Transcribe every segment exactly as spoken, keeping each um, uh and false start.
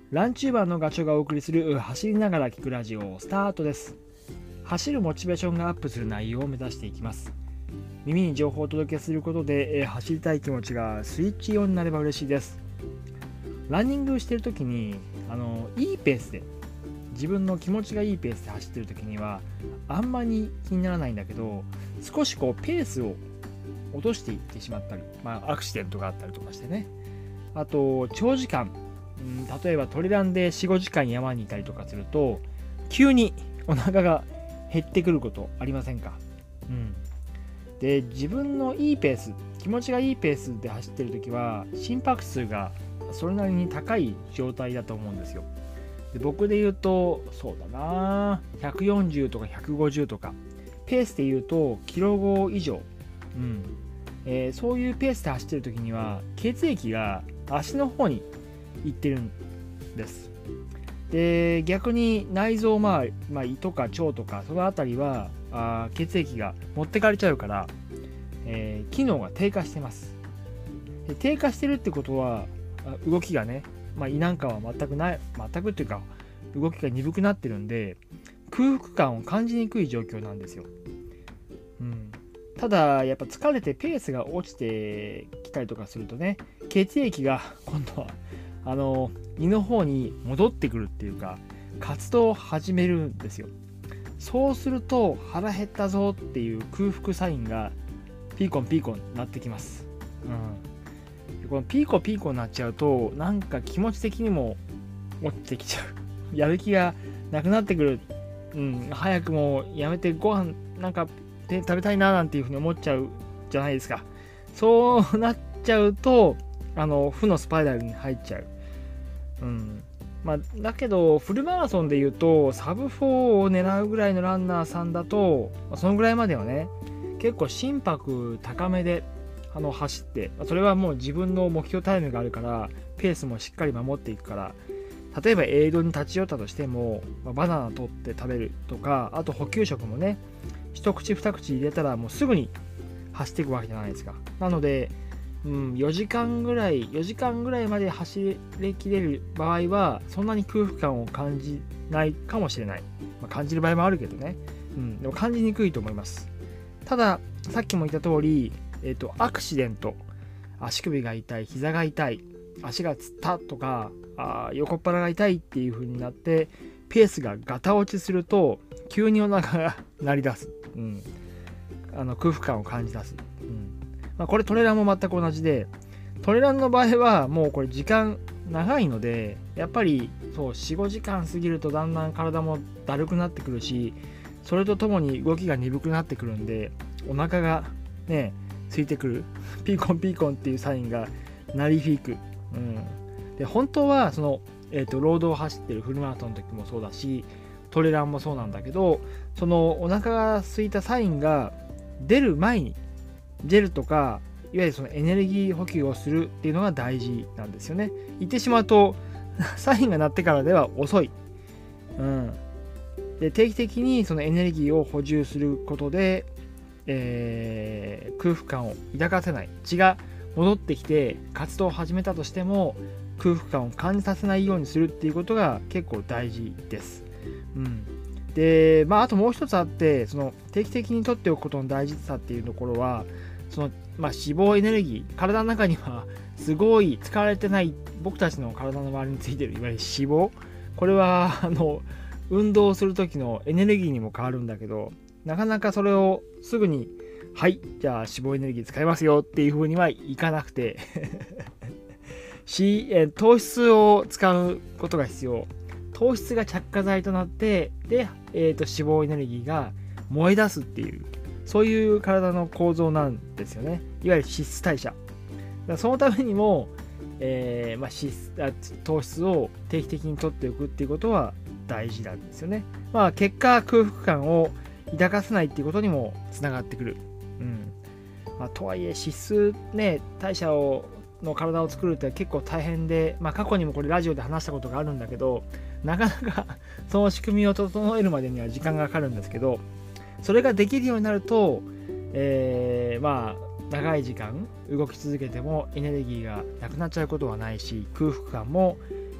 ランチューバーのガチョがお送りする走りながら聞くラジオスタートです。走るモチベーションがアップする内容を目指していきます。耳に情報をお届けすることで走りたい気持ちがスイッチオンになれば嬉しいです。ランニングしてる時にあのいいペースで自分の気持ちがいいペースで走ってる時にはあんまり気にならないんだけど、少しこうペースを落としていってしまったり、まあ、アクシデントがあったりとかしてね、あと長時間、うん、例えばトレランで よん、ごじかん山にいたりとかすると急にお腹が減ってくることありませんか？うん、で自分のいいペース、気持ちがいいペースで走ってる時は心拍数がそれなりに高い状態だと思うんですよ。で僕で言うとそうだな、ひゃくよんじゅうとかひゃくごじゅうとかペースで言うとキロご以上、うんえー、そういうペースで走ってる時には血液が足の方に行ってるんです。で逆に内臓、まあ、まあ胃とか腸とかそのあたりはあ血液が持ってかれちゃうから、えー、機能が低下してます。で低下してるってことは動きがね、まあ、胃なんかは全くない全くっていうか動きが鈍くなってるんで空腹感を感じにくい状況なんですよ。うん、ただやっぱ疲れてペースが落ちてきたりとかするとね、血液が今度はあの胃の方に戻ってくるっていうか活動を始めるんですよ。そうすると腹減ったぞっていう空腹サインがピーコンピーコンなってきます。うん、このピーコピーコになっちゃうとなんか気持ち的にも落ちてきちゃうやる気がなくなってくる、うん、早くもうやめてご飯なんかで食べたいななんていうふうに思っちゃうじゃないですか。そうなっちゃうとあの負のスパイラルに入っちゃう。うんまあ、だけどフルマラソンでいうとサブフォーを狙うぐらいのランナーさんだとそのぐらいまではね結構心拍高めであの走って、それはもう自分の目標タイムがあるからペースもしっかり守っていくから、例えばエイドに立ち寄ったとしてもバナナ取って食べるとか、あと補給食もね一口二口入れたらもうすぐに走っていくわけじゃないですか。なので、うん、よじかんぐらいよじかんぐらいまで走りきれる場合はそんなに空腹感を感じないかもしれない、まあ、感じる場合もあるけどね、うん、でも感じにくいと思います。たださっきも言った通り、えーと、アクシデント、足首が痛い、膝が痛い、足がつったとかあ横っ腹が痛いっていう風になってペースがガタ落ちすると急にお腹が鳴り出す、うん、あの空腹感を感じ出す、うんまあ、これトレランも全く同じで、トレランの場合はもうこれ時間長いのでやっぱりそう よん、ごじかん過ぎるとだんだん体もだるくなってくるし、それとともに動きが鈍くなってくるんでお腹がねついてくるピーコンピーコンっていうサインが鳴り響く、うん、で本当はその、えーと、ロードを走ってるフルマラソンの時もそうだしトレランもそうなんだけど、そのお腹が空いたサインが出る前にジェルとかいわゆるそのエネルギー補給をするっていうのが大事なんですよね。言ってしまうとサインが鳴ってからでは遅い、うん、で定期的にそのエネルギーを補充することで、えー、空腹感を抱かせない、血が戻ってきて活動を始めたとしても空腹感を感じさせないようにするっていうことが結構大事です。うん、で、まあ、あともう一つあって、その定期的に取っておくことの大事さっていうところは、その、まあ、脂肪エネルギー、体の中にはすごい使われてない僕たちの体の周りについてるいわゆる脂肪、これはあの運動する時のエネルギーにも変わるんだけど、なかなかそれをすぐにはいじゃあ脂肪エネルギー使いますよっていう風にはいかなくてし糖質を使うことが必要。糖質が着火剤となってで、えー、と脂肪エネルギーが燃え出すっていうそういう体の構造なんですよね。いわゆる脂質代謝。だからそのためにも、えーまあ、脂質あ糖質を定期的に取っておくっていうことは大事なんですよね。まあ結果空腹感を抱かせないっていうことにもつながってくる。うんまあ、とはいえ脂質ね代謝をの体を作るって結構大変で、まあ、過去にもこれラジオで話したことがあるんだけど、なかなかその仕組みを整えるまでには時間がかかるんですけど、それができるようになると、えー、まあ長い時間動き続けてもエネルギーがなくなっちゃうことはないし、空腹感も、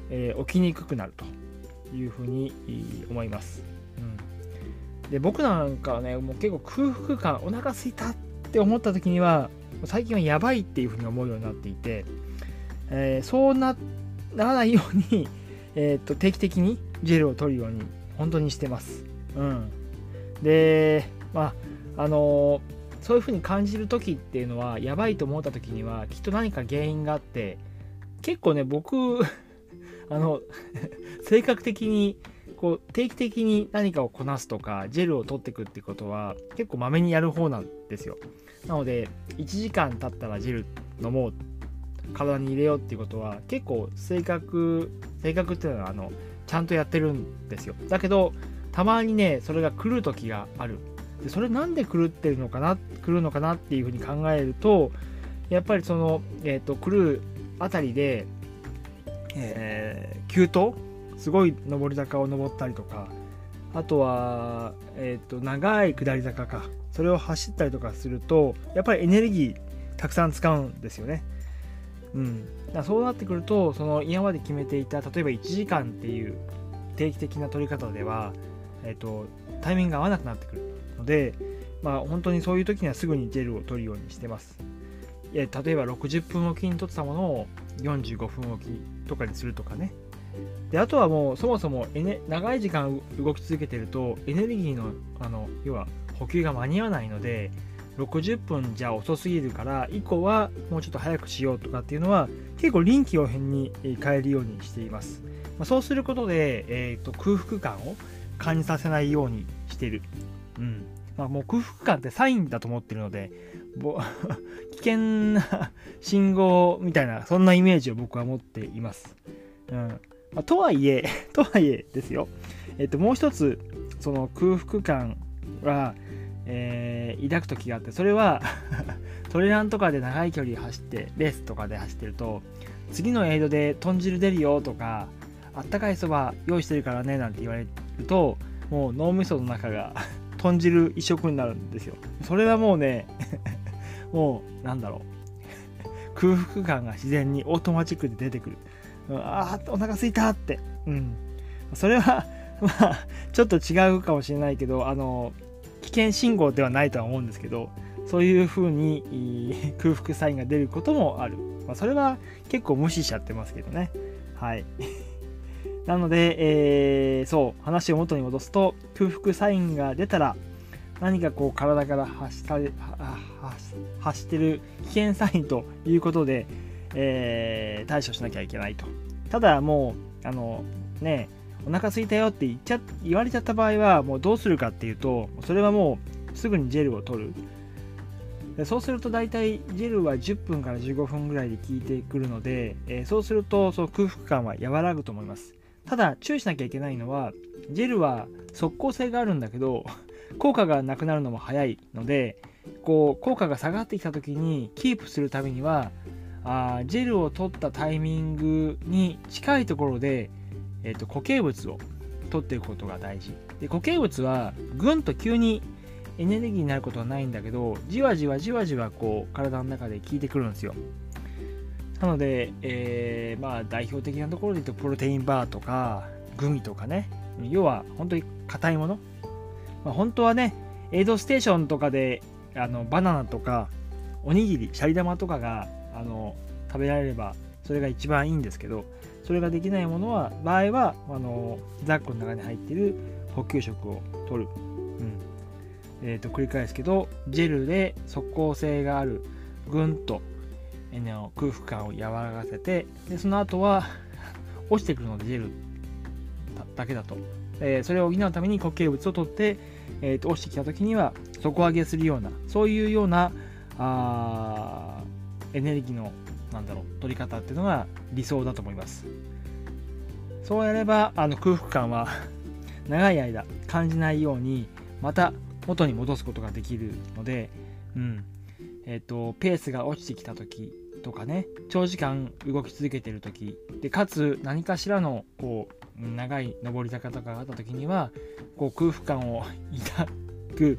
えー、起きにくくなるというふうに思います。うん、で僕なんかはね、もう結構空腹感、お腹空いたって思った時には最近はやばいっていうふうに思うようになっていて、えー、そう な, ならないように、えー、と定期的にジェルを取るように本当にしてます。うん、でまああのー、そういうふうに感じる時っていうのは、やばいと思った時にはきっと何か原因があって、結構ね僕あの性格的にこう定期的に何かをこなすとかジェルを取っていくってことは結構まめにやる方なんですよ。なのでいちじかん経ったらジェル飲もう、体に入れようっていうことは結構性格性格っていうのはあのちゃんとやってるんですよ。だけどたまにねそれが狂う時がある。でそれなんで狂ってるのかな狂うのかなっていうふうに考えると、やっぱりその、えーと、狂うあたりで、えー、急登すごい上り坂を登ったりとか、あとは、えーと、長い下り坂か、それを走ったりとかするとやっぱりエネルギーたくさん使うんですよね。うん、だからそうなってくると、その今まで決めていた例えばいちじかんっていう定期的な取り方では、えーと、タイミングが合わなくなってくるので、まあ本当にそういう時にはすぐにジェルを取るようにしてます。例えばろくじゅっぷんおきに取ってたものをよんじゅうごふんおきとかにするとかね。であとはもうそもそもエネ長い時間動き続けてるとエネルギーの、あの要は補給が間に合わないので、ろくじゅっぷんじゃ遅すぎるから以降はもうちょっと早くしようとかっていうのは結構臨機応変に変えるようにしています。まあ、そうすることで、えーと、空腹感を感じさせないようにしている。うんまあ、もう空腹感ってサインだと思ってるので、危険な信号みたいな、そんなイメージを僕は持っています。うんまあ、とはいえとはいえですよ、えっと、もう一つその空腹感は、えー、抱く時があって、それはトレランとかで長い距離走ってレースとかで走ってると、次のエイドで豚汁出るよとか、あったかいそば用意してるからねなんて言われると、もう脳みその中が豚汁一色になるんですよ。それはもうねもうなんだろう空腹感が自然にオートマチックで出てくる。あーお腹すいたって、うん、それはまあちょっと違うかもしれないけど、あの危険信号ではないとは思うんですけど、そういう風に空腹サインが出ることもある。まあ、それは結構無視しちゃってますけどね。はいなので、えー、そう話を元に戻すと、空腹サインが出たら何かこう体から発した発してる危険サインということで、えー、対処しなきゃいけないと。ただもうあのねお腹空いたよって言っちゃ言われちゃった場合はもうどうするかっていうと、それはもうすぐにジェルを取る。でそうすると大体ジェルはじゅっぷんからじゅうごふんぐらいで効いてくるので、えー、そうするとその空腹感は和らぐと思います。ただ注意しなきゃいけないのは、ジェルは即効性があるんだけど効果がなくなるのも早いので、こう効果が下がってきた時にキープするためには、あジェルを取ったタイミングに近いところで、えー、と固形物を取っていくことが大事で、固形物はぐんと急にエネルギーになることはないんだけど、じわじわじわじわこう体の中で効いてくるんですよ。なので、えー、まあ代表的なところで言うとプロテインバーとかグミとかね、要は本当に硬いもの、まあ、本当はねエイドステーションとかであのバナナとかおにぎりシャリ玉とかがあの食べられればそれが一番いいんですけど、それができないものは場合はあのザックの中に入っている補給食を取る、うんえー、と繰り返すけど、ジェルで即効性があるぐんと、えー、の空腹感を和らがせて、でその後は落ちてくるのでジェル だ, だけだと、えー、それを補うために固形物を取って、えー、と落ちてきた時には底上げするような、そういうようなあエネルギーのなんだろう取り方っていうのが理想だと思います。そうやればあの空腹感は長い間感じないようにまた元に戻すことができるので、うんえー、とペースが落ちてきた時とかね、長時間動き続けている時で、かつ何かしらのこう長い上り坂とかがあった時にはこう空腹感を抱く、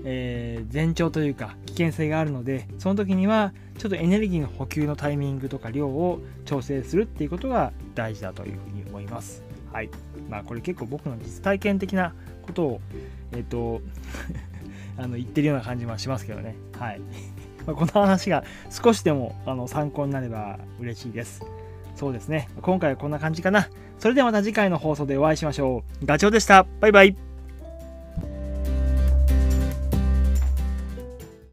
えー、前兆というか危険性があるので、その時にはちょっとエネルギーの補給のタイミングとか量を調整するっていうことが大事だというふうに思います。はい。まあこれ結構僕の実体験的なことをえっとあの言ってるような感じもしますけどね。はい。まあこの話が少しでもあの参考になれば嬉しいです。そうですね。今回はこんな感じかな。それではまた次回の放送でお会いしましょう。ガチョウでした。バイバイ。